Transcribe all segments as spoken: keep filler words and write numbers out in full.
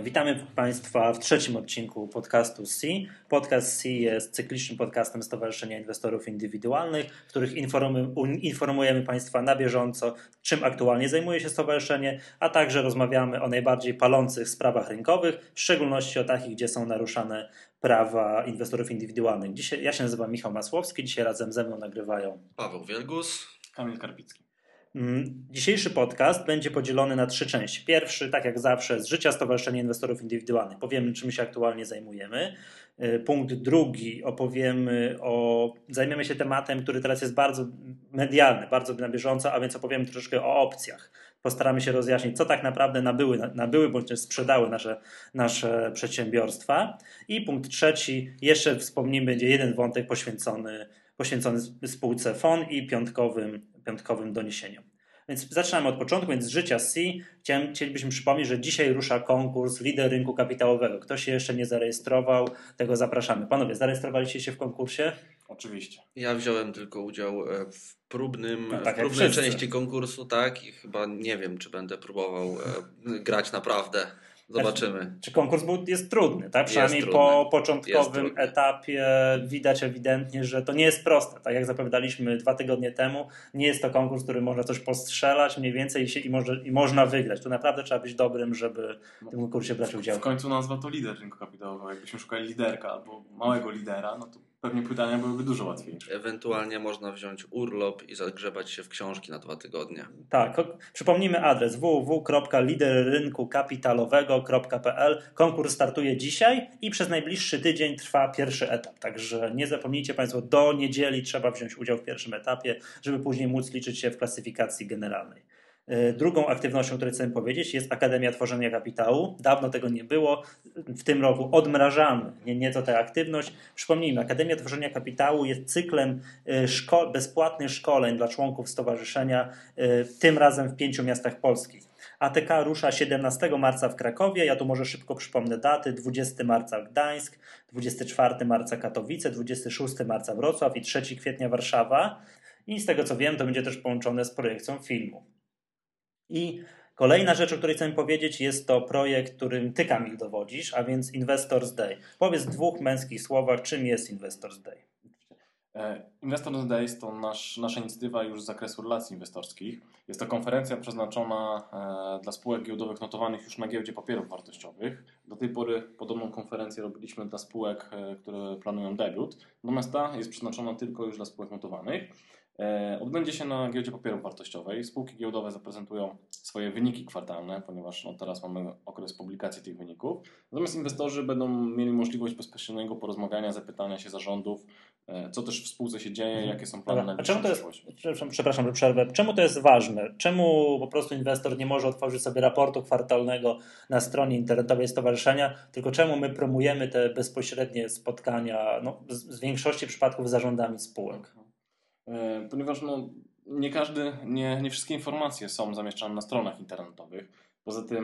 Witamy Państwa w trzecim odcinku podcastu C. Podcast C jest cyklicznym podcastem Stowarzyszenia Inwestorów Indywidualnych, w których informujemy Państwa na bieżąco, czym aktualnie zajmuje się stowarzyszenie, a także rozmawiamy o najbardziej palących sprawach rynkowych, w szczególności o takich, gdzie są naruszane prawa inwestorów indywidualnych. Dzisiaj, ja się nazywam Michał Masłowski, dzisiaj razem ze mną nagrywają Paweł Wielgus, Kamil Karpicki. Dzisiejszy podcast będzie podzielony na trzy części. Pierwszy, tak jak zawsze, z życia Stowarzyszenia Inwestorów Indywidualnych. Powiemy, czym się aktualnie zajmujemy. Punkt drugi, opowiemy o, zajmiemy się tematem, który teraz jest bardzo medialny, bardzo na bieżąco, a więc opowiemy troszeczkę o opcjach. Postaramy się rozjaśnić, co tak naprawdę nabyły, nabyły bądź też sprzedały nasze, nasze przedsiębiorstwa. I punkt trzeci, jeszcze wspomnimy, będzie jeden wątek poświęcony, poświęcony spółce F O N i piątkowym, piątkowym doniesieniom. Więc zaczynamy od początku, więc z życia C. Chciałem, chcielibyśmy przypomnieć, że dzisiaj rusza konkurs Lider Rynku Kapitałowego. Kto się jeszcze nie zarejestrował, tego zapraszamy. Panowie, zarejestrowaliście się w konkursie? Oczywiście. Ja wziąłem tylko udział w próbnym, no, tak, w próbnej części konkursu, tak, i chyba nie wiem, czy będę próbował grać naprawdę. Zobaczymy. Znaczy, czy konkurs był, jest trudny, tak? Przynajmniej trudny. po początkowym etapie widać ewidentnie, że to nie jest proste. Tak jak zapowiadaliśmy dwa tygodnie temu, nie jest to konkurs, który można coś postrzelać mniej więcej i, się, i, może, i można wygrać. Tu naprawdę trzeba być dobrym, żeby w tym konkursie brać udział. W końcu nazwa to lider rynku kapitałowego. Jakbyśmy szukali liderka albo małego lidera, no to pewnie pytania byłyby dużo łatwiejsze. Ewentualnie można wziąć urlop i zagrzebać się w książki na dwa tygodnie. Tak, przypomnijmy adres w w w kropka lider rynku kapitalowego kropka p l. Konkurs startuje dzisiaj i przez najbliższy tydzień trwa pierwszy etap. Także nie zapomnijcie Państwo, do niedzieli trzeba wziąć udział w pierwszym etapie, żeby później móc liczyć się w klasyfikacji generalnej. Drugą aktywnością, o której chcę powiedzieć, jest Akademia Tworzenia Kapitału. Dawno tego nie było. W tym roku odmrażamy nieco tę aktywność. Przypomnijmy, Akademia Tworzenia Kapitału jest cyklem szko- bezpłatnych szkoleń dla członków stowarzyszenia, tym razem w pięciu miastach polskich. A T K rusza siedemnastego marca w Krakowie, ja tu może szybko przypomnę daty, dwudziestego marca Gdańsk, dwudziestego czwartego marca Katowice, dwudziestego szóstego marca Wrocław i trzeciego kwietnia Warszawa. I z tego co wiem, to będzie też połączone z projekcją filmu. I kolejna rzecz, o której chcę powiedzieć, jest to projekt, którym Ty, Kamil, dowodzisz, a więc Investors Day. Powiedz w dwóch męskich słowach, czym jest Investors Day. Investors Days to nasz, nasza inicjatywa już z zakresu relacji inwestorskich. Jest to konferencja przeznaczona dla spółek giełdowych notowanych już na giełdzie papierów wartościowych. Do tej pory podobną konferencję robiliśmy dla spółek, które planują debiut. Natomiast ta jest przeznaczona tylko już dla spółek notowanych. Odbędzie się na giełdzie papierów wartościowej. Spółki giełdowe zaprezentują swoje wyniki kwartalne, ponieważ no, teraz mamy okres publikacji tych wyników. Natomiast inwestorzy będą mieli możliwość bezpośredniego porozmawiania, zapytania się zarządów, co też w spółce się dzieje, jakie są plany na najbliższą przyszłość. Przepraszam, przepraszam, że przerwę. Czemu to jest ważne? Czemu po prostu inwestor nie może otworzyć sobie raportu kwartalnego na stronie internetowej stowarzyszenia, tylko czemu my promujemy te bezpośrednie spotkania, no, z większości przypadków z zarządami spółek? Ponieważ no, nie każdy, nie, nie wszystkie informacje są zamieszczane na stronach internetowych. Poza tym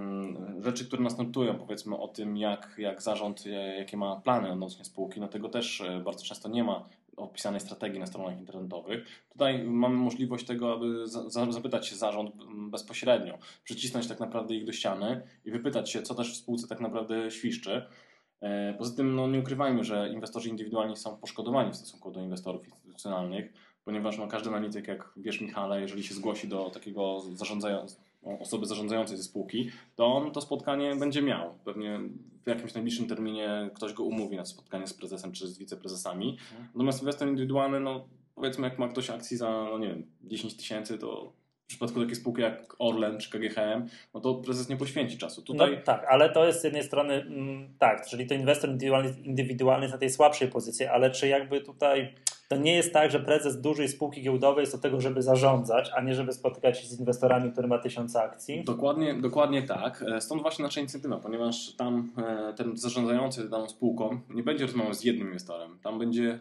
mm, rzeczy, które nas notują, powiedzmy o tym, jak, jak zarząd, jakie ma plany odnośnie spółki, no tego też bardzo często nie ma opisanej strategii na stronach internetowych. Tutaj mamy możliwość tego, aby za, zapytać się zarząd bezpośrednio, przycisnąć tak naprawdę ich do ściany i wypytać się, co też w spółce tak naprawdę świszczy. Poza tym no, nie ukrywajmy, że inwestorzy indywidualni są poszkodowani w stosunku do inwestorów instytucjonalnych, ponieważ no, każdy analityk, jak wiesz Michale, jeżeli się zgłosi do takiego zarządzają, osoby zarządzającej ze spółki, to on to spotkanie będzie miał. Pewnie w jakimś najbliższym terminie ktoś go umówi na spotkanie z prezesem czy z wiceprezesami. Natomiast inwestor indywidualny, no powiedzmy jak ma ktoś akcji za, no nie wiem, dziesięć tysięcy, to w przypadku takiej spółki jak Orlen czy K G H M, no to prezes nie poświęci czasu. Tutaj... No tak, ale to jest z jednej strony mm, tak, czyli to inwestor indywidualny, indywidualny jest na tej słabszej pozycji, ale czy jakby tutaj to nie jest tak, że prezes dużej spółki giełdowej jest do tego, żeby zarządzać, a nie żeby spotykać się z inwestorami, który ma tysiące akcji? Dokładnie, dokładnie tak. Stąd właśnie nasza inicjatywa, ponieważ tam ten zarządzający daną spółką nie będzie rozmawiał z jednym inwestorem. Tam będzie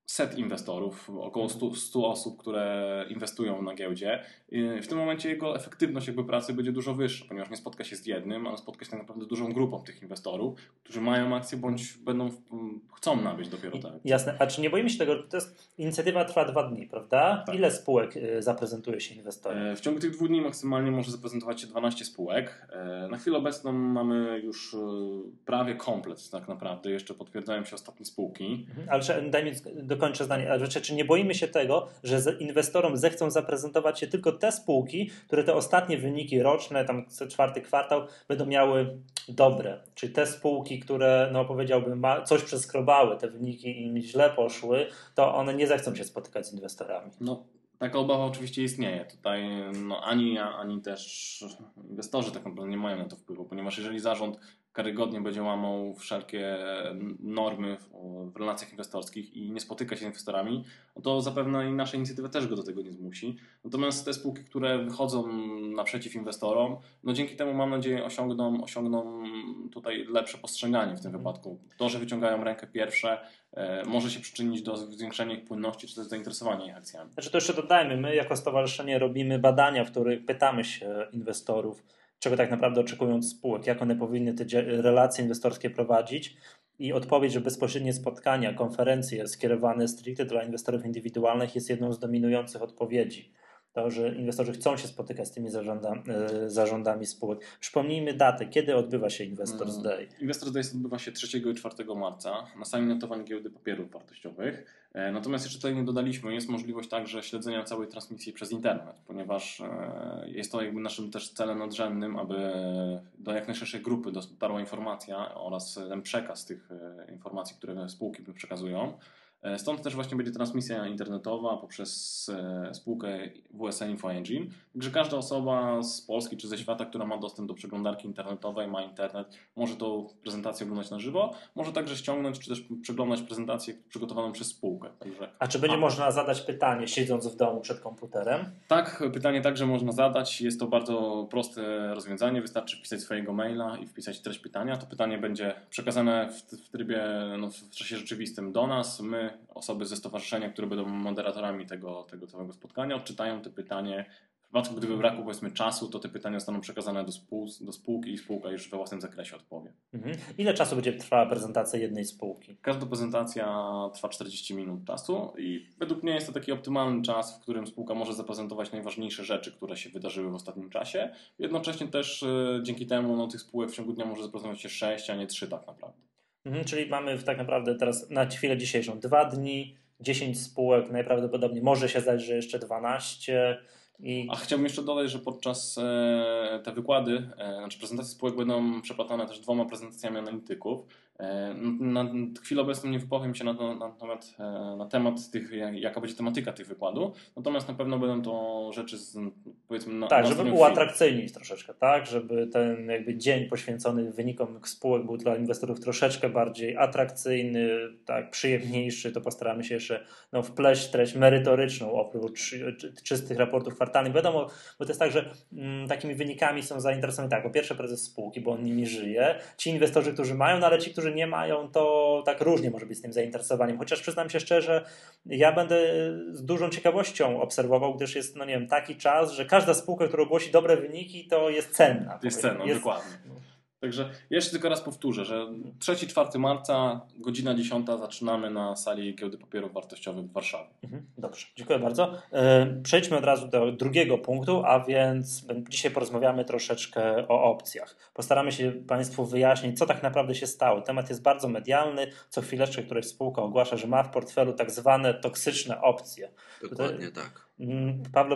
set inwestorów, około stu osób, które inwestują na giełdzie. W tym momencie jego efektywność jakby pracy będzie dużo wyższa, ponieważ nie spotka się z jednym, ale spotka się tak naprawdę dużą grupą tych inwestorów, którzy mają akcje bądź będą chcą nabyć dopiero te akcje. Jasne. A czy nie boimy się tego, to jest inicjatywa trwa dwa dni, prawda? Tak. Ile spółek zaprezentuje się inwestorom? W ciągu tych dwóch dni maksymalnie może zaprezentować się dwanaście spółek. Na chwilę obecną mamy już prawie komplet tak naprawdę. Jeszcze potwierdzają się ostatnie spółki. Mhm. Ale czy, daj mi dokończę zdanie. Ale czy, czy nie boimy się tego, że inwestorom zechcą zaprezentować się tylko te spółki, które te ostatnie wyniki roczne, tam czwarty kwartał, będą miały dobre? Czyli te spółki, które no powiedziałbym coś przeskrobały, te wyniki im źle poszły, to one nie zechcą się spotykać z inwestorami. No. Taka obawa oczywiście istnieje. Tutaj no, ani ja, ani też inwestorzy tak naprawdę nie mają na to wpływu, ponieważ jeżeli zarząd karygodnie będzie łamał wszelkie normy w relacjach inwestorskich i nie spotyka się z inwestorami, no to zapewne i nasza inicjatywa też go do tego nie zmusi. Natomiast te spółki, które wychodzą naprzeciw inwestorom, no dzięki temu mam nadzieję osiągną, osiągną tutaj lepsze postrzeganie w tym wypadku. To, że wyciągają rękę pierwsze, może się przyczynić do zwiększenia ich płynności czy też zainteresowania ich akcjami. Znaczy to jeszcze dodajmy, my jako stowarzyszenie robimy badania, w których pytamy się inwestorów, czego tak naprawdę oczekują od spółek, jak one powinny te relacje inwestorskie prowadzić i odpowiedź, że bezpośrednie spotkania, konferencje skierowane stricte dla inwestorów indywidualnych jest jedną z dominujących odpowiedzi. To, że inwestorzy chcą się spotykać z tymi zarządami, zarządami spółek. Przypomnijmy datę, kiedy odbywa się Investors Day. Investors Day odbywa się trzeciego i czwartego marca na sali notowań giełdy papierów wartościowych. Natomiast jeszcze tutaj nie dodaliśmy, jest możliwość także śledzenia całej transmisji przez internet, ponieważ jest to jakby naszym też celem nadrzędnym, aby do jak najszerszej grupy dotarła informacja oraz ten przekaz tych informacji, które spółki przekazują. Stąd też właśnie będzie transmisja internetowa poprzez spółkę W S N Info Engine. Także każda osoba z Polski czy ze świata, która ma dostęp do przeglądarki internetowej, ma internet, może tą prezentację oglądać na żywo, może także ściągnąć czy też przeglądać prezentację przygotowaną przez spółkę. Także... A czy będzie A. można zadać pytanie, siedząc w domu przed komputerem? Tak, pytanie także można zadać. Jest to bardzo proste rozwiązanie. Wystarczy wpisać swojego maila i wpisać treść pytania. To pytanie będzie przekazane w, w trybie, no, w czasie rzeczywistym do nas. My, osoby ze stowarzyszenia, które będą moderatorami tego, tego całego spotkania, odczytają te pytanie. W przypadku, gdyby brakło powiedzmy czasu, to te pytania zostaną przekazane do, spół, do spółki i spółka już we własnym zakresie odpowie. Mhm. Ile czasu będzie trwała prezentacja jednej spółki? Każda prezentacja trwa czterdzieści minut czasu i według mnie jest to taki optymalny czas, w którym spółka może zaprezentować najważniejsze rzeczy, które się wydarzyły w ostatnim czasie. Jednocześnie też y, dzięki temu no, tych spółek w ciągu dnia może zaprezentować się sześć, a nie trzy tak naprawdę. Mhm, czyli mamy tak naprawdę teraz na chwilę dzisiejszą dwa dni, dziesięć spółek, najprawdopodobniej może się zdać, że jeszcze dwanaście. I... A chciałbym jeszcze dodać, że podczas e, te wykłady, e, znaczy prezentacje spółek będą przeplatane też dwoma prezentacjami analityków. E, na, na chwilę obecną nie wypowiem się na, na, na, temat, e, na temat tych, jak, jaka będzie tematyka tych wykładów, natomiast na pewno będą to rzeczy z, powiedzmy na Tak, na żeby uatrakcyjnić troszeczkę, tak, żeby ten jakby dzień poświęcony wynikom spółek był dla inwestorów troszeczkę bardziej atrakcyjny, tak, przyjemniejszy, to postaramy się jeszcze no, wpleść treść merytoryczną oprócz czystych raportów kwartalnych. Wiadomo, bo to jest tak, że mm, takimi wynikami są zainteresowani tak, po pierwsze prezes spółki, bo on nimi żyje, ci inwestorzy, którzy mają, no ale ci, którzy nie mają, to tak różnie może być z tym zainteresowaniem. Chociaż przyznam się szczerze, ja będę z dużą ciekawością obserwował, gdyż jest, no nie wiem, taki czas, że każda spółka, która ogłosi dobre wyniki, to jest cenna. Jest cenna, jest... dokładnie. Także jeszcze tylko raz powtórzę, że trzeciego do czwartego marca, godzina dziesiąta zaczynamy na sali Giełdy Papierów Wartościowych w Warszawie. Mhm, dobrze, dziękuję bardzo. Przejdźmy od razu do drugiego punktu, a więc dzisiaj porozmawiamy troszeczkę o opcjach. Postaramy się Państwu wyjaśnić, co tak naprawdę się stało. Temat jest bardzo medialny. Co chwileczkę któraś spółka ogłasza, że ma w portfelu tak zwane toksyczne opcje. Dokładnie Tutaj... tak. Pawle,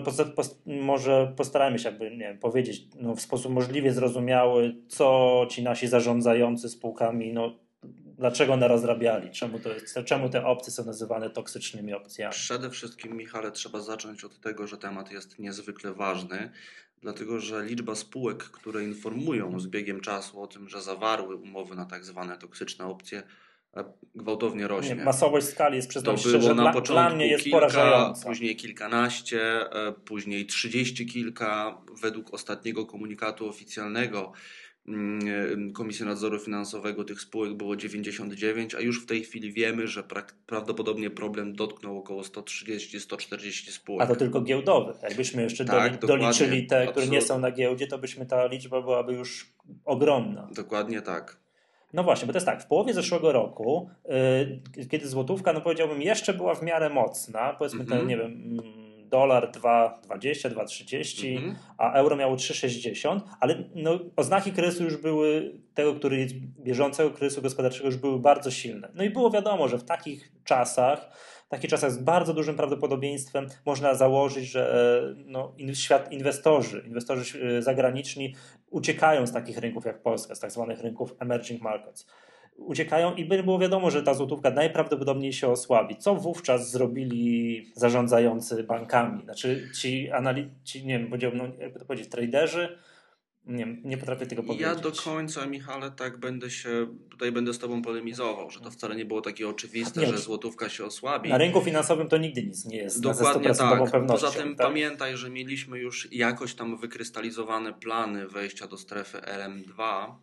może postarajmy się jakby, nie wiem, powiedzieć no, w sposób możliwie zrozumiały, co ci nasi zarządzający spółkami, no, dlaczego one rozrabiali, czemu, to jest, czemu te opcje są nazywane toksycznymi opcjami. Przede wszystkim, Michale, trzeba zacząć od tego, że temat jest niezwykle ważny, dlatego że liczba spółek, które informują z biegiem czasu o tym, że zawarły umowy na tak zwane toksyczne opcje, gwałtownie rośnie. Nie, masowość skali jest, przyznam to szczerze, było na dla, początku dla mnie jest kilka, porażająca. Później kilkanaście, później trzydzieści kilka. Według ostatniego komunikatu oficjalnego Komisji Nadzoru Finansowego tych spółek było dziewięćdziesiąt dziewięć, a już w tej chwili wiemy, że pra- prawdopodobnie problem dotknął około sto trzydzieści do stu czterdziestu spółek. A to tylko giełdowych. Jakbyśmy jeszcze Tak, doli- doliczyli te, absolutnie. które nie są na giełdzie, to byśmy ta liczba byłaby już ogromna. Dokładnie tak. No właśnie, bo to jest tak, w połowie zeszłego roku, yy, kiedy złotówka, no powiedziałbym, jeszcze była w miarę mocna, powiedzmy ten, Mhm. nie wiem, dolar dwa dwadzieścia, dwa trzydzieści, Mhm. a euro miało trzy sześćdziesiąt, ale no, oznaki kryzysu już były, tego, który jest bieżącego kryzysu gospodarczego już były bardzo silne. No i było wiadomo, że w takich czasach, w takich czasach z bardzo dużym prawdopodobieństwem można założyć, że no, in, świat inwestorzy, inwestorzy zagraniczni uciekają z takich rynków jak Polska, z tak zwanych rynków emerging markets. Uciekają i było wiadomo, że ta złotówka najprawdopodobniej się osłabi. Co wówczas zrobili zarządzający bankami? Znaczy ci analitycy, nie wiem, powiedziałbym, no, jakby to powiedzieć, traderzy? Nie, nie potrafię tego powiedzieć. Ja do końca, Michale, tak będę się, tutaj będę z tobą polemizował, że to wcale nie było takie oczywiste, nie, że złotówka się osłabi. Na rynku finansowym to nigdy nic nie jest. Dokładnie na tak. pewnością. Poza tym tak? pamiętaj, że mieliśmy już jakoś tam wykrystalizowane plany wejścia do strefy L M dwa,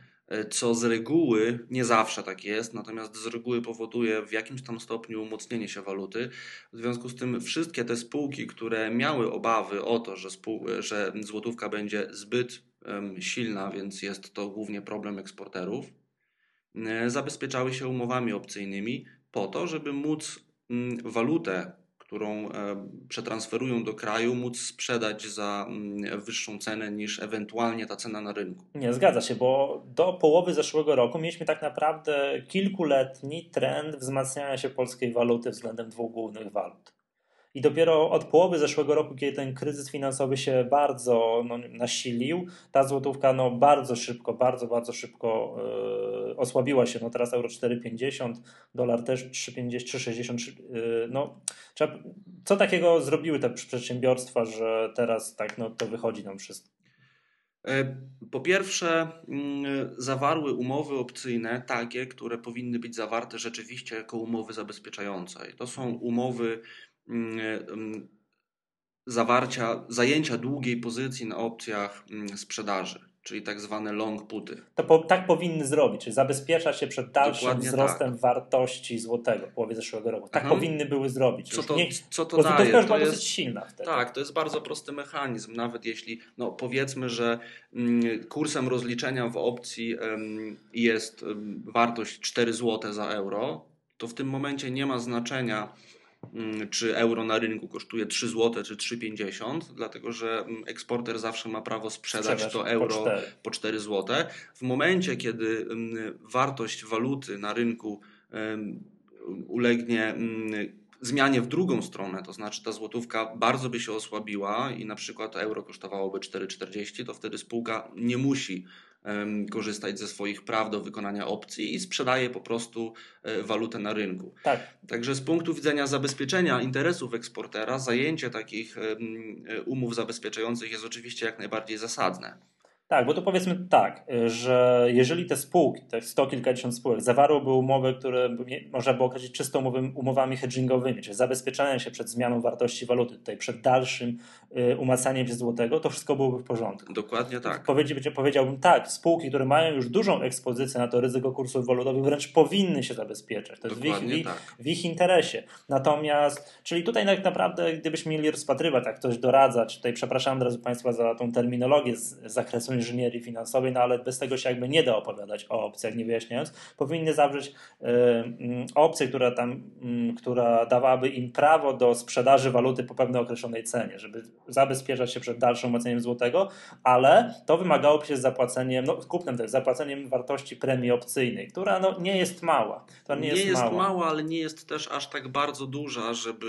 co z reguły, nie zawsze tak jest, natomiast z reguły powoduje w jakimś tam stopniu umocnienie się waluty. W związku z tym wszystkie te spółki, które miały obawy o to, że, spół- że złotówka będzie zbyt um, silna, więc jest to głównie problem eksporterów, e, zabezpieczały się umowami opcyjnymi po to, żeby móc m, walutę, którą e, przetransferują do kraju, móc sprzedać za m, wyższą cenę niż ewentualnie ta cena na rynku. Nie, zgadza się, bo do połowy zeszłego roku mieliśmy tak naprawdę kilkuletni trend wzmacniania się polskiej waluty względem dwóch głównych walut. I dopiero od połowy zeszłego roku, kiedy ten kryzys finansowy się bardzo no, nasilił, ta złotówka no, bardzo szybko, bardzo, bardzo szybko yy, osłabiła się. No, teraz euro cztery pięćdziesiąt, dolar też trzy pięćdziesiąt, trzy sześćdziesiąt. Yy, no, trzeba, co takiego zrobiły te przedsiębiorstwa, że teraz tak no, to wychodzi nam wszystko? Po pierwsze, zawarły umowy opcyjne takie, które powinny być zawarte rzeczywiście jako umowy zabezpieczające. To są umowy zawarcia, zajęcia długiej pozycji na opcjach sprzedaży, czyli tak zwane long puty. To po, tak powinny zrobić, czyli zabezpieczać się przed dalszym Dokładnie wzrostem tak. wartości złotego w połowie zeszłego roku. Tak Aha. powinny były zrobić. Co to, nie, co to bo daje? Złotówka już to była jest, dosyć silna wtedy. Tak, to jest bardzo prosty mechanizm. Nawet jeśli, no powiedzmy, że mm, kursem rozliczenia w opcji um, jest um, wartość cztery złote za euro, to w tym momencie nie ma znaczenia, czy euro na rynku kosztuje trzy złote czy trzy pięćdziesiąt, dlatego że eksporter zawsze ma prawo sprzedać Sprzedaż to euro po cztery. po cztery złote. W momencie, kiedy wartość waluty na rynku ulegnie zmianie w drugą stronę, to znaczy ta złotówka bardzo by się osłabiła i na przykład euro kosztowałoby cztery czterdzieści, to wtedy spółka nie musi korzystać ze swoich praw do wykonania opcji i sprzedaje po prostu walutę na rynku. Tak. Także z punktu widzenia zabezpieczenia interesów eksportera zajęcie takich umów zabezpieczających jest oczywiście jak najbardziej zasadne. Tak, bo to powiedzmy tak, że jeżeli te spółki, te sto kilkadziesiąt spółek zawarłyby umowy, które można było określić czysto umowami hedgingowymi, czyli zabezpieczaniem się przed zmianą wartości waluty, tutaj przed dalszym umacnianiem się złotego, to wszystko byłoby w porządku. Dokładnie tak. Powiedziałbym tak, spółki, które mają już dużą ekspozycję na to ryzyko kursów walutowych, wręcz powinny się zabezpieczać. To jest w ich, w, ich, tak. w ich interesie. Natomiast, czyli tutaj tak naprawdę, gdybyśmy mieli rozpatrywać, tak ktoś doradzać, tutaj przepraszam od razu Państwa za tą terminologię z zakresu inżynierii finansowej, no ale bez tego się jakby nie da opowiadać o opcjach, nie wyjaśniając. Powinny zawrzeć y, y, opcję, która tam, y, która dawałaby im prawo do sprzedaży waluty po pewnej określonej cenie, żeby zabezpieczać się przed dalszym umacnianiem złotego, ale to wymagałoby się z zapłaceniem, no kupnem też, zapłaceniem wartości premii opcyjnej, która no nie jest mała. To nie, nie jest, jest mała. mała, ale nie jest też aż tak bardzo duża, żeby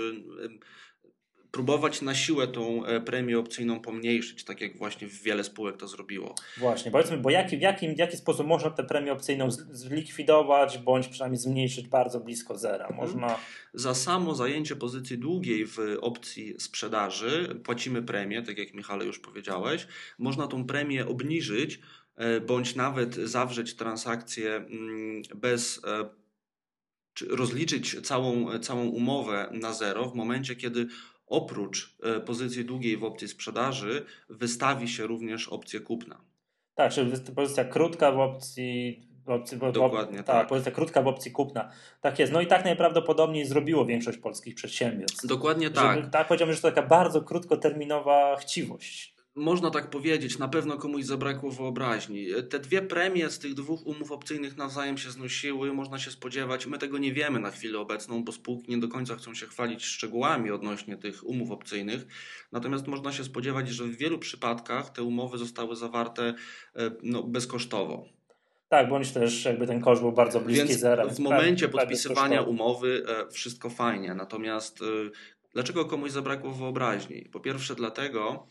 próbować na siłę tą premię opcyjną pomniejszyć, tak jak właśnie wiele spółek to zrobiło. Właśnie, powiedzmy, bo jaki, w, jakim, w jaki sposób można tę premię opcyjną zlikwidować, bądź przynajmniej zmniejszyć bardzo blisko zera? Można... Hmm. Za samo zajęcie pozycji długiej w opcji sprzedaży płacimy premię, tak jak Michale już powiedziałeś. Można tą premię obniżyć, bądź nawet zawrzeć transakcję bez... czy rozliczyć całą, całą umowę na zero w momencie, kiedy oprócz pozycji długiej w opcji sprzedaży wystawi się również opcję kupna. Tak, czyli pozycja krótka w opcji... W opcji w, Dokładnie w, tak. Ta pozycja krótka w opcji kupna. Tak jest. No i tak najprawdopodobniej zrobiło większość polskich przedsiębiorstw. Dokładnie Żeby, tak. Tak powiedziałbym, że to taka bardzo krótkoterminowa chciwość. Można tak powiedzieć, na pewno komuś zabrakło wyobraźni. Te dwie premie z tych dwóch umów opcyjnych nawzajem się znosiły, można się spodziewać, my tego nie wiemy na chwilę obecną, bo spółki nie do końca chcą się chwalić szczegółami odnośnie tych umów opcyjnych, natomiast można się spodziewać, że w wielu przypadkach te umowy zostały zawarte no, bezkosztowo. Tak, bądź też jakby ten koszt był bardzo bliski Więc zera. w momencie podpisywania umowy wszystko fajnie, natomiast dlaczego komuś zabrakło wyobraźni? Po pierwsze dlatego,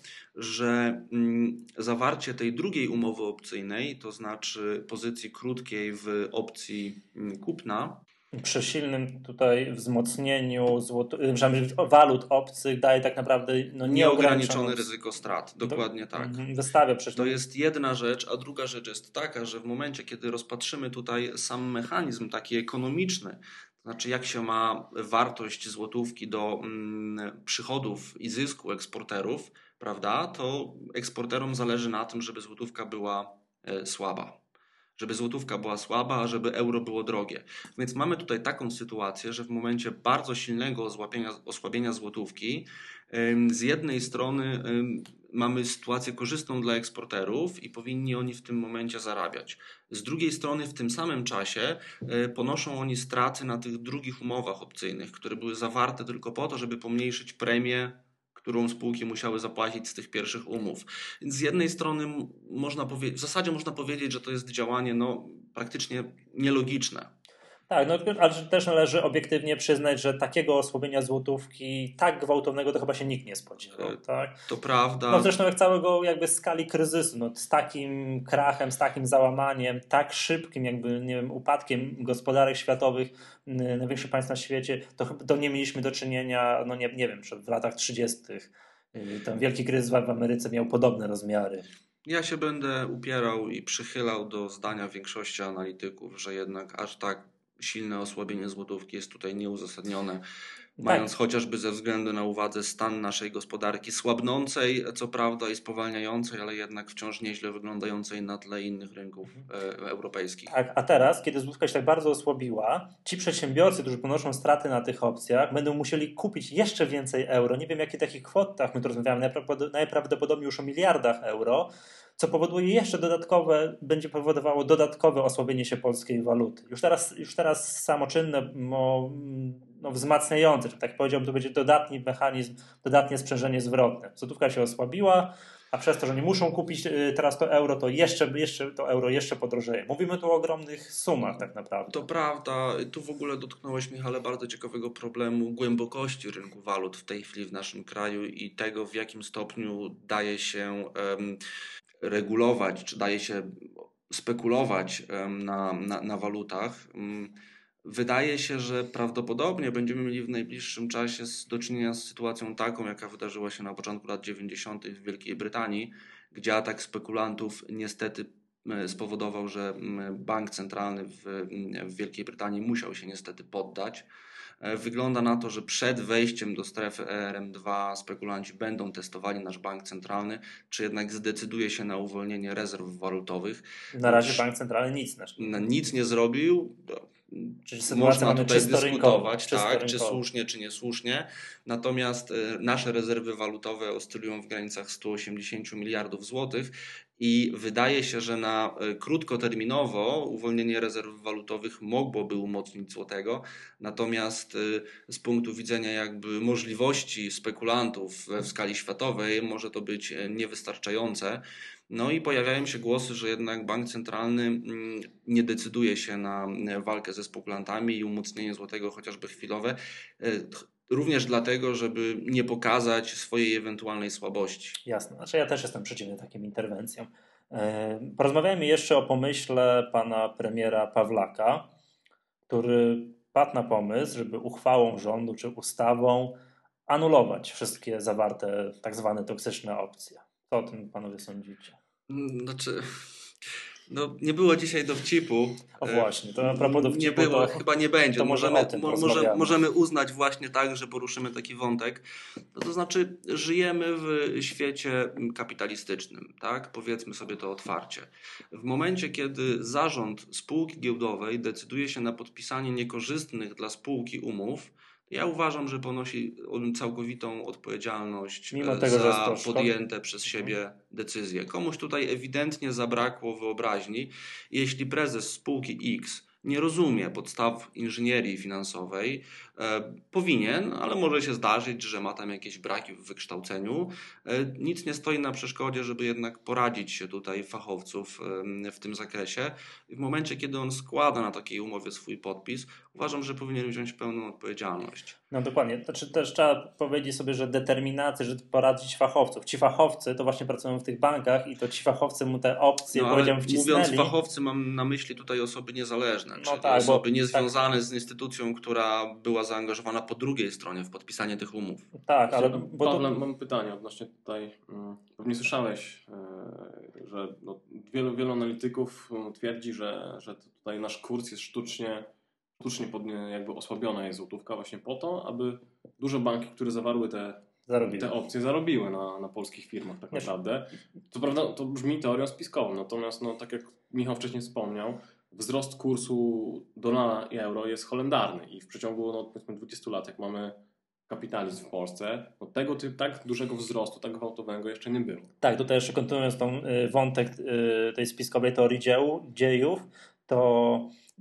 że zawarcie tej drugiej umowy opcyjnej, to znaczy pozycji krótkiej w opcji kupna, przy silnym tutaj wzmocnieniu złoto, walut obcych daje tak naprawdę no, nieograniczone ryzyko strat. Dokładnie do, tak. Wystawia przecież. To jest jedna rzecz, a druga rzecz jest taka, że w momencie, kiedy rozpatrzymy tutaj sam mechanizm taki ekonomiczny, znaczy jak się ma wartość złotówki do mm, przychodów i zysku eksporterów, prawda, to eksporterom zależy na tym, żeby złotówka była e, słaba. Żeby złotówka była słaba, a żeby euro było drogie. Więc mamy tutaj taką sytuację, że w momencie bardzo silnego osłabienia, osłabienia złotówki z jednej strony mamy sytuację korzystną dla eksporterów i powinni oni w tym momencie zarabiać. Z drugiej strony w tym samym czasie ponoszą oni straty na tych drugich umowach opcyjnych, które były zawarte tylko po to, żeby pomniejszyć premię, którą spółki musiały zapłacić z tych pierwszych umów. Więc z jednej strony można powiedzieć, w zasadzie można powiedzieć, że to jest działanie no, praktycznie nielogiczne. Tak, no, ale też należy obiektywnie przyznać, że takiego osłabienia złotówki tak gwałtownego to chyba się nikt nie spodziewał. Tak? To prawda. No zresztą jak całego jakby skali kryzysu, no, z takim krachem, z takim załamaniem, tak szybkim jakby nie wiem, upadkiem gospodarek światowych, największych państw na świecie, to, to nie mieliśmy do czynienia, no nie, nie wiem, w latach trzydziestych. Ten wielki kryzys w Ameryce miał podobne rozmiary. Ja się będę upierał i przychylał do zdania większości analityków, że jednak aż tak silne osłabienie złotówki jest tutaj nieuzasadnione, mając tak. chociażby ze względu na uwadze stan naszej gospodarki słabnącej, co prawda i spowalniającej, ale jednak wciąż nieźle wyglądającej na tle innych rynków e, europejskich. Tak, a teraz, kiedy złotówka się tak bardzo osłabiła, ci przedsiębiorcy, którzy ponoszą straty na tych opcjach, będą musieli kupić jeszcze więcej euro. Nie wiem, jakie takich kwotach, my tu rozmawiamy najprawdopodobniej już o miliardach euro, co powoduje jeszcze dodatkowe, będzie powodowało dodatkowe osłabienie się polskiej waluty. Już teraz, już teraz samoczynne, no, no wzmacniające, czy tak powiedziałbym, to będzie dodatni mechanizm, dodatnie sprzężenie zwrotne. Złotówka się osłabiła, a przez to, że nie muszą kupić teraz to euro, to jeszcze, jeszcze to euro jeszcze podrożeje. Mówimy tu o ogromnych sumach tak naprawdę. To prawda. Tu w ogóle dotknąłeś, Michale, bardzo ciekawego problemu głębokości rynku walut w tej chwili w naszym kraju i tego, w jakim stopniu daje się um, regulować, czy daje się spekulować na, na, na walutach. Wydaje się, że prawdopodobnie będziemy mieli w najbliższym czasie do czynienia z sytuacją taką, jaka wydarzyła się na początku lat dziewięćdziesiątych w Wielkiej Brytanii, gdzie atak spekulantów niestety spowodował, że bank centralny w, w Wielkiej Brytanii musiał się niestety poddać. Wygląda na to, że przed wejściem do strefy E R M dwa spekulanci będą testowali nasz bank centralny, czy jednak zdecyduje się na uwolnienie rezerw walutowych. Na razie bank centralny nic. Nic nie zrobił. Czyli można tutaj dyskutować, tak, rynkowo. czy słusznie, czy niesłusznie. Natomiast nasze rezerwy walutowe oscylują w granicach stu osiemdziesięciu miliardów złotych i wydaje się, że na krótkoterminowo uwolnienie rezerw walutowych mogłoby umocnić złotego. Natomiast z punktu widzenia jakby możliwości spekulantów w skali światowej może to być niewystarczające. No i pojawiają się głosy, że jednak bank centralny nie decyduje się na walkę ze spekulantami i umocnienie złotego chociażby chwilowe. Również dlatego, żeby nie pokazać swojej ewentualnej słabości. Jasne. Znaczy ja też jestem przeciwny takim interwencjom. Porozmawiajmy jeszcze o pomyśle pana premiera Pawlaka, który padł na pomysł, żeby uchwałą rządu czy ustawą anulować wszystkie zawarte tak zwane toksyczne opcje. Co o tym panowie sądzicie? Znaczy, No, nie było dzisiaj dowcipu. O właśnie, to a propos dowcipu, nie było, to, chyba nie będzie. to może możemy, o tym może, możemy uznać właśnie tak, że poruszymy taki wątek. No to znaczy, żyjemy w świecie kapitalistycznym, tak? Powiedzmy sobie to otwarcie. W momencie, kiedy zarząd spółki giełdowej decyduje się na podpisanie niekorzystnych dla spółki umów, ja uważam, że ponosi on całkowitą odpowiedzialność Mimo tego, że za jest to podjęte przez siebie decyzje. Komuś tutaj ewidentnie zabrakło wyobraźni. Jeśli prezes spółki X nie rozumie podstaw inżynierii finansowej, e, powinien, ale może się zdarzyć, że ma tam jakieś braki w wykształceniu. E, nic nie stoi na przeszkodzie, żeby jednak poradzić się tutaj fachowców e, w tym zakresie. W momencie, kiedy on składa na takiej umowie swój podpis, uważam, że powinien wziąć pełną odpowiedzialność. No dokładnie. Znaczy też trzeba powiedzieć sobie, że determinacja, że poradzić fachowców. Ci fachowcy to właśnie pracują w tych bankach i to ci fachowcy mu te opcje, no, powiedziałem, wcisnęli. Mówiąc fachowcy, mam na myśli tutaj osoby niezależne, no czyli tak, osoby bo, niezwiązane tak, z instytucją, która była zaangażowana po drugiej stronie w podpisanie tych umów. Tak, ale... Bo Pawle, to... mam pytanie odnośnie tutaj. Pewnie słyszałeś, że no, wielu, wielu analityków twierdzi, że, że tutaj nasz kurs jest sztucznie sztucznie pod, jakby osłabiona jest złotówka właśnie po to, aby duże banki, które zawarły te, te opcje, zarobiły na, na polskich firmach tak naprawdę. Co prawda to brzmi teorią spiskową, natomiast no, tak jak Michał wcześniej wspomniał, wzrost kursu dolara i euro jest holendarny i w przeciągu no, powiedzmy dwudziestu lat, jak mamy kapitalizm w Polsce, no tego typu tak dużego wzrostu, tak gwałtownego jeszcze nie było. Tak, tutaj jeszcze kontynuując tą y, wątek y, tej spiskowej teorii dzieł, dziejów, to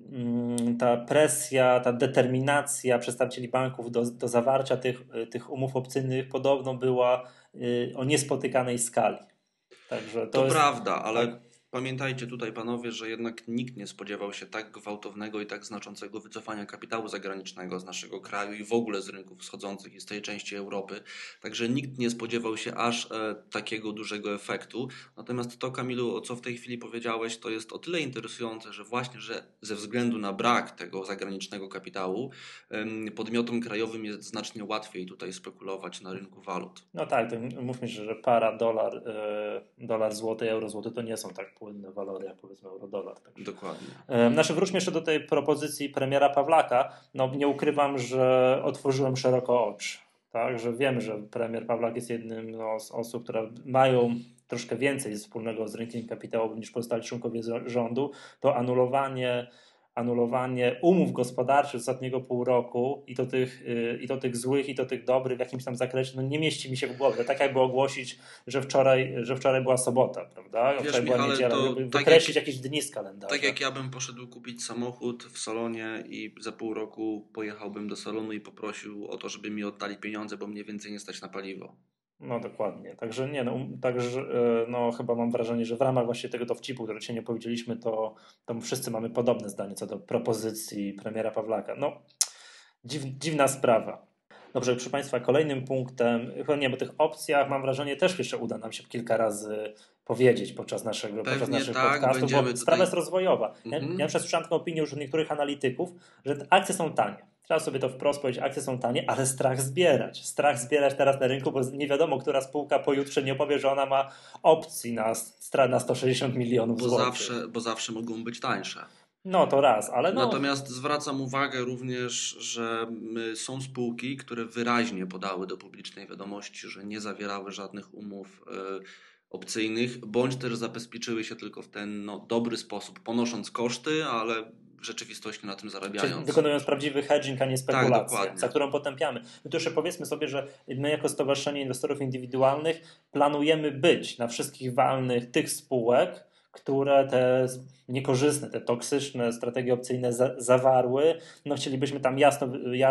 ta presja, ta determinacja przedstawicieli banków do, do zawarcia tych, tych umów opcyjnych podobno była y, o niespotykanej skali. Także to to jest, prawda, ale tak. Pamiętajcie tutaj, panowie, że jednak nikt nie spodziewał się tak gwałtownego i tak znaczącego wycofania kapitału zagranicznego z naszego kraju i w ogóle z rynków wschodzących i z tej części Europy. Także nikt nie spodziewał się aż e, takiego dużego efektu. Natomiast to, Kamilu, o co w tej chwili powiedziałeś, to jest o tyle interesujące, że właśnie, że ze względu na brak tego zagranicznego kapitału e, podmiotom krajowym jest znacznie łatwiej tutaj spekulować na rynku walut. No tak, to mówmy się, że para, dolar, e, dolar złoty, euro złoty to nie są tak płynne walory, jak powiedzmy euro-dolar. Także. Dokładnie. Znaczy wróćmy jeszcze do tej propozycji premiera Pawlaka. No nie ukrywam, że otworzyłem szeroko oczy. Tak, że wiem, że premier Pawlak jest jednym no, z osób, które mają troszkę więcej wspólnego z rynkiem kapitałowym niż pozostali członkowie rządu. To anulowanie anulowanie umów gospodarczych z ostatniego pół roku i to, tych, i to tych złych, i to tych dobrych w jakimś tam zakresie, no nie mieści mi się w głowie. Tak jakby ogłosić, że wczoraj, że wczoraj była sobota, prawda? Wiesz, wczoraj była Michale, niedziela, to żeby tak wykreślić jak, jakieś dni z kalendarza. Tak jak ja bym poszedł kupić samochód w salonie i za pół roku pojechałbym do salonu i poprosił o to, żeby mi oddali pieniądze, bo mniej więcej nie stać na paliwo. No dokładnie. Także nie, no, także, no chyba mam wrażenie, że w ramach właśnie tego dowcipu, który dzisiaj nie powiedzieliśmy, to, to wszyscy mamy podobne zdanie co do propozycji premiera Pawlaka. No, dziw, dziwna sprawa. Dobrze, proszę Państwa, kolejnym punktem, chyba nie, bo tych opcjach mam wrażenie też jeszcze uda nam się kilka razy powiedzieć podczas naszego podczas naszych tak, podcastów, bo tutaj... sprawa jest rozwojowa. Mhm. Ja, ja przez słyszałem taką opinię już od niektórych analityków, że akcje są tanie. Trzeba sobie to wprost powiedzieć, akcje są tanie, ale strach zbierać. Strach zbierać teraz na rynku, bo nie wiadomo, która spółka pojutrze nie opowie, że ona ma opcji na, na sto sześćdziesiąt milionów bo złotych. Zawsze, bo zawsze mogą być tańsze. No to raz, ale no... Natomiast zwracam uwagę również, że są spółki, które wyraźnie podały do publicznej wiadomości, że nie zawierały żadnych umów opcyjnych, bądź też zabezpieczyły się tylko w ten no, dobry sposób, ponosząc koszty, ale w rzeczywistości na tym zarabiając. Czyli wykonując prawdziwy hedging, a nie spekulację, tak, za którą potępiamy. No to jeszcze powiedzmy sobie, że my jako Stowarzyszenie Inwestorów Indywidualnych planujemy być na wszystkich walnych tych spółek, które te niekorzystne, te toksyczne strategie opcyjne za, zawarły. No chcielibyśmy tam jasno,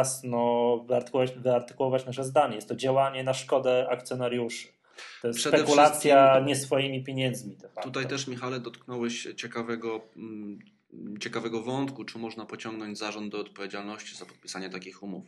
jasno wyartykułować, wyartykułować nasze zdanie. Jest to działanie na szkodę akcjonariuszy. To jest Przede spekulacja nie swoimi pieniędzmi. De facto. Tutaj też, Michale, dotknąłeś ciekawego, ciekawego wątku, czy można pociągnąć zarząd do odpowiedzialności za podpisanie takich umów.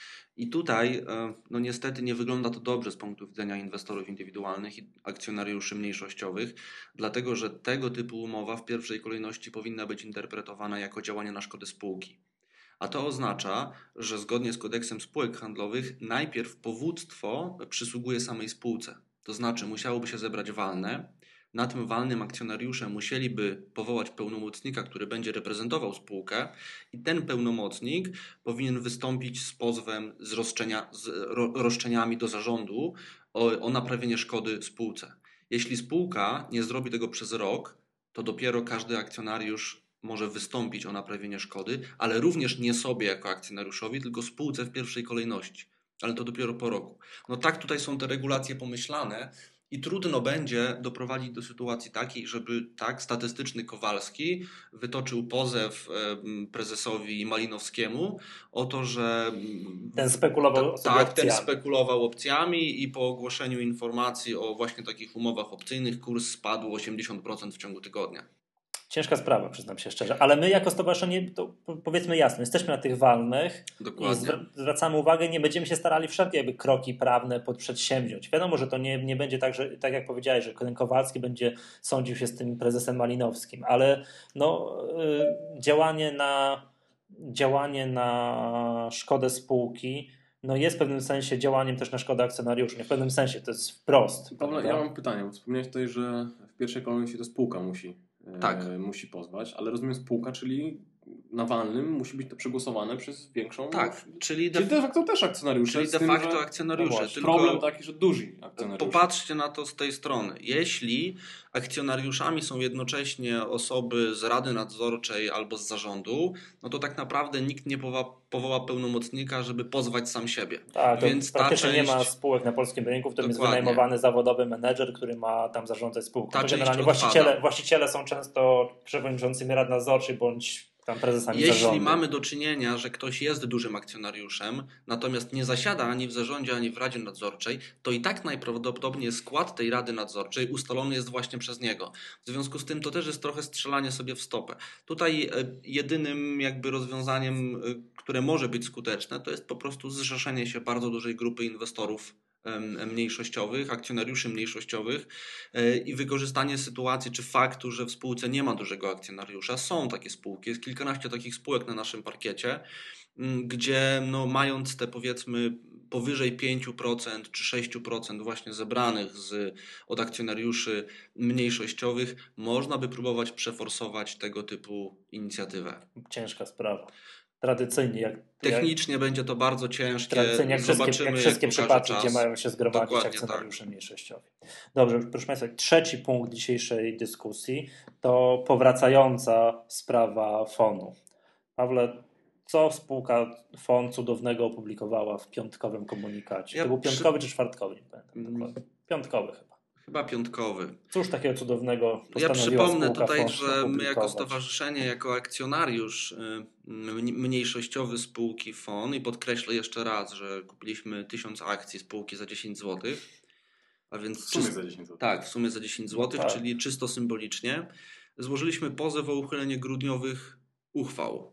I tutaj, no niestety nie wygląda to dobrze z punktu widzenia inwestorów indywidualnych i akcjonariuszy mniejszościowych, dlatego że tego typu umowa w pierwszej kolejności powinna być interpretowana jako działanie na szkodę spółki. A to oznacza, że zgodnie z kodeksem spółek handlowych najpierw powództwo przysługuje samej spółce. To znaczy musiałoby się zebrać walne, Na tym walnym akcjonariusze musieliby powołać pełnomocnika, który będzie reprezentował spółkę i ten pełnomocnik powinien wystąpić z pozwem z, roszczenia, z ro, roszczeniami do zarządu o, o naprawienie szkody spółce. Jeśli spółka nie zrobi tego przez rok, to dopiero każdy akcjonariusz może wystąpić o naprawienie szkody, ale również nie sobie jako akcjonariuszowi, tylko spółce w pierwszej kolejności. Ale to dopiero po roku. No tak tutaj są te regulacje pomyślane i trudno będzie doprowadzić do sytuacji takiej, żeby tak statystyczny Kowalski wytoczył pozew prezesowi Malinowskiemu o to, że ten spekulował ta, tak, opcjami. ten spekulował opcjami i po ogłoszeniu informacji o właśnie takich umowach opcyjnych kurs spadł osiemdziesiąt procent w ciągu tygodnia. Ciężka sprawa, przyznam się szczerze, ale my jako stowarzyszenie, to powiedzmy jasno, jesteśmy na tych walnych. Dokładnie. I zwracamy uwagę, nie będziemy się starali wszelkie jakby kroki prawne przedsięwziąć. Wiadomo, że to nie, nie będzie tak, że tak jak powiedziałeś, że ten Kowalski będzie sądził się z tym prezesem Malinowskim, ale no, y, działanie na działanie na szkodę spółki no jest w pewnym sensie działaniem też na szkodę akcjonariuszy. Nie w pewnym sensie, to jest wprost. Pawle, ja mam pytanie, bo wspomniałeś tutaj, że w pierwszej kolejności to spółka musi, tak. e, musi pozwać, ale rozumiem spółka, czyli na walnym musi być to przegłosowane przez większą... Tak, czyli de, czyli de facto też akcjonariusze. Czyli de tym, facto że, akcjonariusze. No tylko problem taki, że duży akcjonariusze. Popatrzcie na to z tej strony. Jeśli akcjonariuszami są jednocześnie osoby z Rady Nadzorczej albo z zarządu, no to tak naprawdę nikt nie powoła, powoła pełnomocnika, żeby pozwać sam siebie. Tak, to Więc praktycznie część... nie ma spółek na polskim rynku, w którym Dokładnie. jest wynajmowany zawodowy menedżer, który ma tam zarządzać spółką. Ta To część generalnie odpada. właściciele, właściciele są często przewodniczącymi rad nadzorczych bądź tam prezesami Jeśli zarządu. mamy do czynienia, że ktoś jest dużym akcjonariuszem, natomiast nie zasiada ani w zarządzie, ani w Radzie Nadzorczej, to i tak najprawdopodobniej skład tej Rady Nadzorczej ustalony jest właśnie przez niego. W związku z tym to też jest trochę strzelanie sobie w stopę. Tutaj jedynym jakby rozwiązaniem, które może być skuteczne, to jest po prostu zrzeszenie się bardzo dużej grupy inwestorów mniejszościowych, akcjonariuszy mniejszościowych i wykorzystanie sytuacji czy faktu, że w spółce nie ma dużego akcjonariusza. Są takie spółki, jest kilkanaście takich spółek na naszym parkiecie, gdzie no, mając te powiedzmy powyżej pięć procent czy sześć procent właśnie zebranych z, od akcjonariuszy mniejszościowych, można by próbować przeforsować tego typu inicjatywę. Ciężka sprawa. Tradycyjnie jak Technicznie jak, będzie to bardzo ciężkie. Tradycyjnie jak Zobaczymy, wszystkie, jak wszystkie jak przypadki, czas. gdzie mają się zgromadzić Dokładnie akcjonariusze tak. mniejszościowi. Dobrze, proszę Państwa, trzeci punkt dzisiejszej dyskusji to powracająca sprawa F O N-u. Pawle, co spółka F O N cudownego opublikowała w piątkowym komunikacie? Ja to był przy... piątkowy czy czwartkowy? Nie pamiętam dokładnie. Piątkowy chyba. Chyba piątkowy. Cóż takiego cudownego Ja przypomnę tutaj, F O N że my jako stowarzyszenie, jako akcjonariusz mniejszościowy spółki F O N i podkreślę jeszcze raz, że kupiliśmy tysiąc akcji spółki za dziesięć złotych. A więc w sumie czysto, za dziesięć złotych. Tak, w sumie za dziesięć złotych, no tak. Czyli czysto symbolicznie. Złożyliśmy pozew o uchylenie grudniowych uchwał.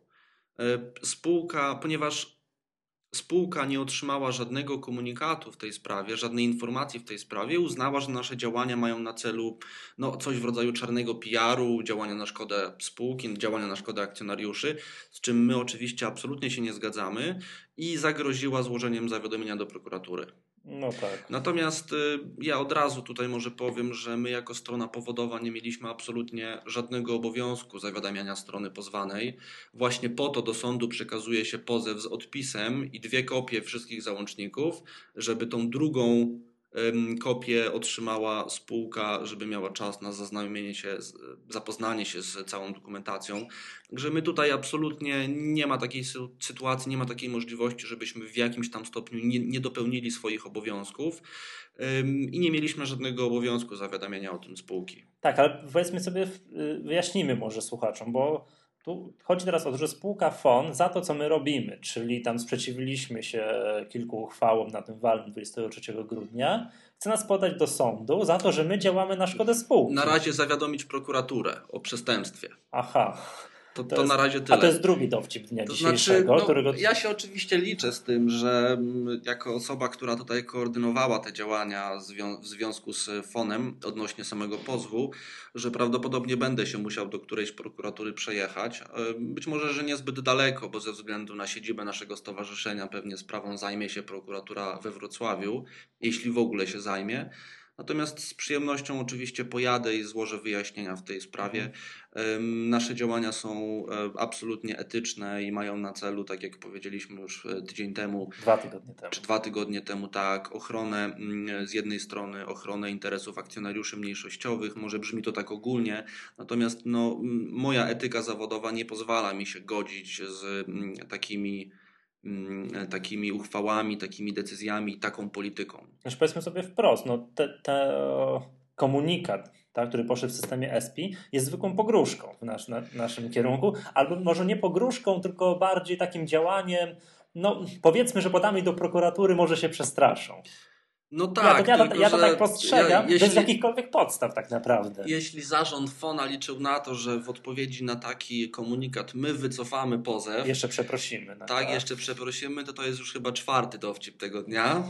Spółka, ponieważ spółka nie otrzymała żadnego komunikatu w tej sprawie, żadnej informacji w tej sprawie, uznała, że nasze działania mają na celu no, coś w rodzaju czarnego P R-u, działania na szkodę spółki, działania na szkodę akcjonariuszy, z czym my oczywiście absolutnie się nie zgadzamy i zagroziła złożeniem zawiadomienia do prokuratury. No tak. Natomiast y, ja od razu tutaj może powiem, że my jako strona powodowa nie mieliśmy absolutnie żadnego obowiązku zawiadamiania strony pozwanej. Właśnie po to do sądu przekazuje się pozew z odpisem i dwie kopie wszystkich załączników, żeby tą drugą y, kopię otrzymała spółka, żeby miała czas na zaznajomienie się, z, zapoznanie się z całą dokumentacją. Także my tutaj absolutnie nie ma takiej sytuacji, nie ma takiej możliwości, żebyśmy w jakimś tam stopniu nie, nie dopełnili swoich obowiązków ym, i nie mieliśmy żadnego obowiązku zawiadamiania o tym spółki. Tak, ale powiedzmy sobie, wyjaśnimy może słuchaczom, bo tu chodzi teraz o to, że spółka F O N za to, co my robimy, czyli tam sprzeciwiliśmy się kilku uchwałom na tym walnym dwudziestego trzeciego grudnia, chce nas podać do sądu za to, że my działamy na szkodę spółki. Na razie zawiadomić prokuraturę o przestępstwie. Aha. To, to, to jest, na razie tyle. A to jest drugi dowcip dnia to dzisiejszego. Znaczy, no, którego... Ja się oczywiście liczę z tym, że jako osoba, która tutaj koordynowała te działania w związku z F O N-em odnośnie samego pozwu, że prawdopodobnie będę się musiał do którejś prokuratury przejechać. Być może, że niezbyt daleko, bo ze względu na siedzibę naszego stowarzyszenia pewnie sprawą zajmie się prokuratura we Wrocławiu, jeśli w ogóle się zajmie. Natomiast z przyjemnością oczywiście pojadę i złożę wyjaśnienia w tej sprawie. Nasze działania są absolutnie etyczne i mają na celu, tak jak powiedzieliśmy już tydzień temu, dwa tygodnie temu, czy dwa tygodnie temu, tak, ochronę z jednej strony, ochronę interesów akcjonariuszy mniejszościowych. Może brzmi to tak ogólnie, natomiast no, moja etyka zawodowa nie pozwala mi się godzić z takimi takimi uchwałami, takimi decyzjami, taką polityką. Znaczy powiedzmy sobie wprost, no te, te komunikat, tak, który poszedł w systemie E S P I, jest zwykłą pogróżką w nasz, na, naszym kierunku, albo może nie pogróżką, tylko bardziej takim działaniem, no powiedzmy, że podamy do prokuratury, może się przestraszą. No tak, ja to, ja tylko, to, ja to że tak postrzegam, ja, jeśli, bez jakichkolwiek podstaw tak naprawdę. Jeśli zarząd Fona liczył na to, że w odpowiedzi na taki komunikat my wycofamy pozew. Jeszcze przeprosimy. No tak, tak, jeszcze przeprosimy, to to jest już chyba czwarty dowcip tego dnia.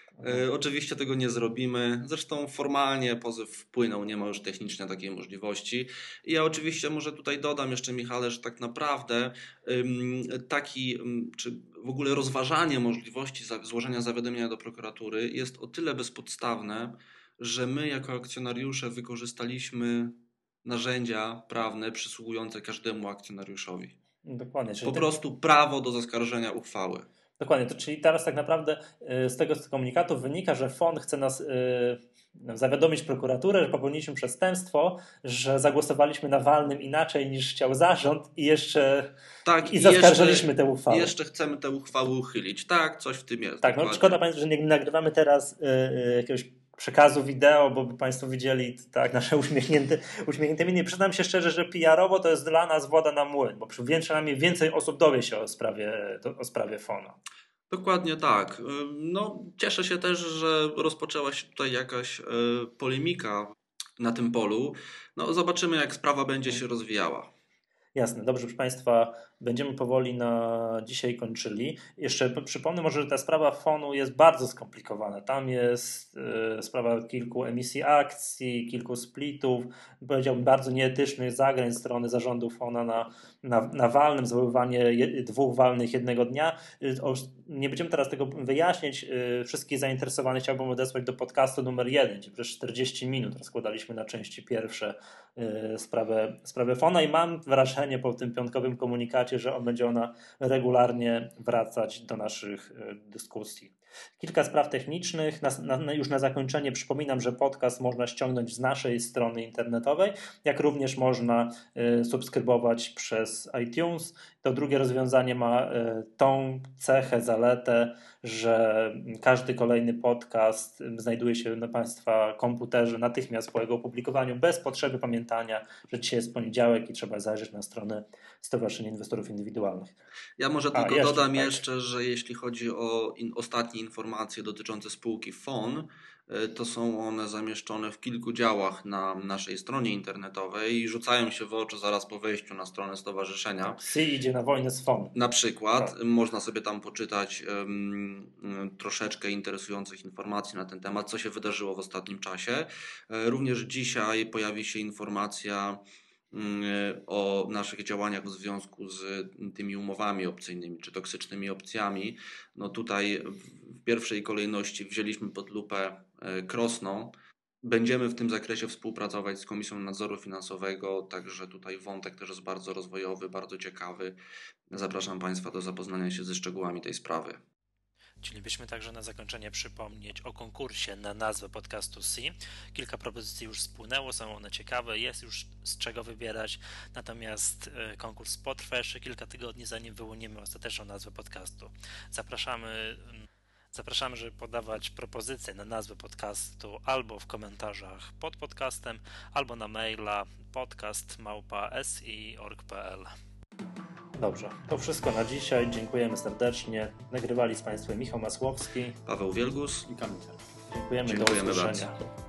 E, oczywiście tego nie zrobimy. Zresztą formalnie pozew wpłynął, nie ma już technicznie takiej możliwości. I ja oczywiście może tutaj dodam jeszcze, Michale, że tak naprawdę ym, taki, ym, czy w ogóle rozważanie możliwości za, złożenia zawiadomienia do prokuratury jest o tyle bezpodstawne, że my jako akcjonariusze wykorzystaliśmy narzędzia prawne przysługujące każdemu akcjonariuszowi. Dokładnie. Po prostu prawo do zaskarżenia uchwały. Dokładnie, to czyli teraz tak naprawdę y, z tego komunikatu wynika, że fond chce nas y, zawiadomić prokuraturę, że popełniliśmy przestępstwo, że zagłosowaliśmy na walnym inaczej niż chciał zarząd i jeszcze tak, i zaskarżyliśmy tę uchwałę. I jeszcze chcemy tę uchwałę uchylić. Tak, coś w tym jest. Tak, no szkoda Państwu, że nie nagrywamy teraz y, y, jakiegoś przekazu wideo, bo by Państwo widzieli tak nasze uśmiechnięte, uśmiechnięte miny. Przyznam się szczerze, że P R owo to jest dla nas woda na młyn, bo przynajmniej więcej osób dowie się o sprawie, o sprawie Fona. Dokładnie tak. No, cieszę się też, że rozpoczęła się tutaj jakaś y, polemika na tym polu. No, zobaczymy, jak sprawa będzie się rozwijała. Jasne, dobrze, proszę Państwa, będziemy powoli na dzisiaj kończyli. Jeszcze przypomnę może, że ta sprawa Fonu jest bardzo skomplikowana. Tam jest y, sprawa kilku emisji akcji, kilku splitów, powiedziałbym bardzo nieetycznych zagrań strony zarządu Fona na, na, na walnym, zwoływanie je, dwóch walnych jednego dnia. Y, o, nie będziemy teraz tego wyjaśnić. Y, wszystkich zainteresowanych chciałbym odesłać do podcastu numer jeden, gdzie przez czterdzieści minut rozkładaliśmy na części pierwsze y, sprawę, sprawę Fona i mam wrażenie po tym piątkowym komunikacie, że on będzie ona regularnie wracać do naszych dyskusji. Kilka spraw technicznych. Na, na, już na zakończenie przypominam, że podcast można ściągnąć z naszej strony internetowej, jak również można y, subskrybować przez iTunes. To drugie rozwiązanie ma y, tą cechę, zaletę, że każdy kolejny podcast znajduje się na Państwa komputerze natychmiast po jego opublikowaniu, bez potrzeby pamiętania, że dzisiaj jest poniedziałek i trzeba zajrzeć na stronę Stowarzyszenia Inwestorów Indywidualnych. Ja może tylko A, jeszcze, dodam tak. jeszcze, że jeśli chodzi o in, ostatnie informacje dotyczące spółki Fon, to są one zamieszczone w kilku działach na naszej stronie internetowej i rzucają się w oczy zaraz po wejściu na stronę stowarzyszenia. S I idzie na wojnę z Fon. Na przykład tak. Można sobie tam poczytać um, troszeczkę interesujących informacji na ten temat, co się wydarzyło w ostatnim czasie. Również dzisiaj pojawi się informacja o naszych działaniach w związku z tymi umowami opcyjnymi czy toksycznymi opcjami. No tutaj w pierwszej kolejności wzięliśmy pod lupę Krosno. Będziemy w tym zakresie współpracować z Komisją Nadzoru Finansowego, także tutaj wątek też jest bardzo rozwojowy, bardzo ciekawy. Zapraszam Państwa do zapoznania się ze szczegółami tej sprawy. Chcielibyśmy także na zakończenie przypomnieć o konkursie na nazwę podcastu S I. Kilka propozycji już spłynęło, są one ciekawe, jest już z czego wybierać, natomiast konkurs potrwa jeszcze kilka tygodni, zanim wyłonimy ostateczną nazwę podcastu. Zapraszamy, zapraszamy, żeby podawać propozycje na nazwę podcastu albo w komentarzach pod podcastem, albo na maila podcast małpa s i kropka org kropka p l. Dobrze, to wszystko na dzisiaj. Dziękujemy serdecznie. Nagrywali z Państwem Michał Masłowski, Paweł Wielgus i Kamil. Dziękujemy, Dziękujemy do usłyszenia. bardzo.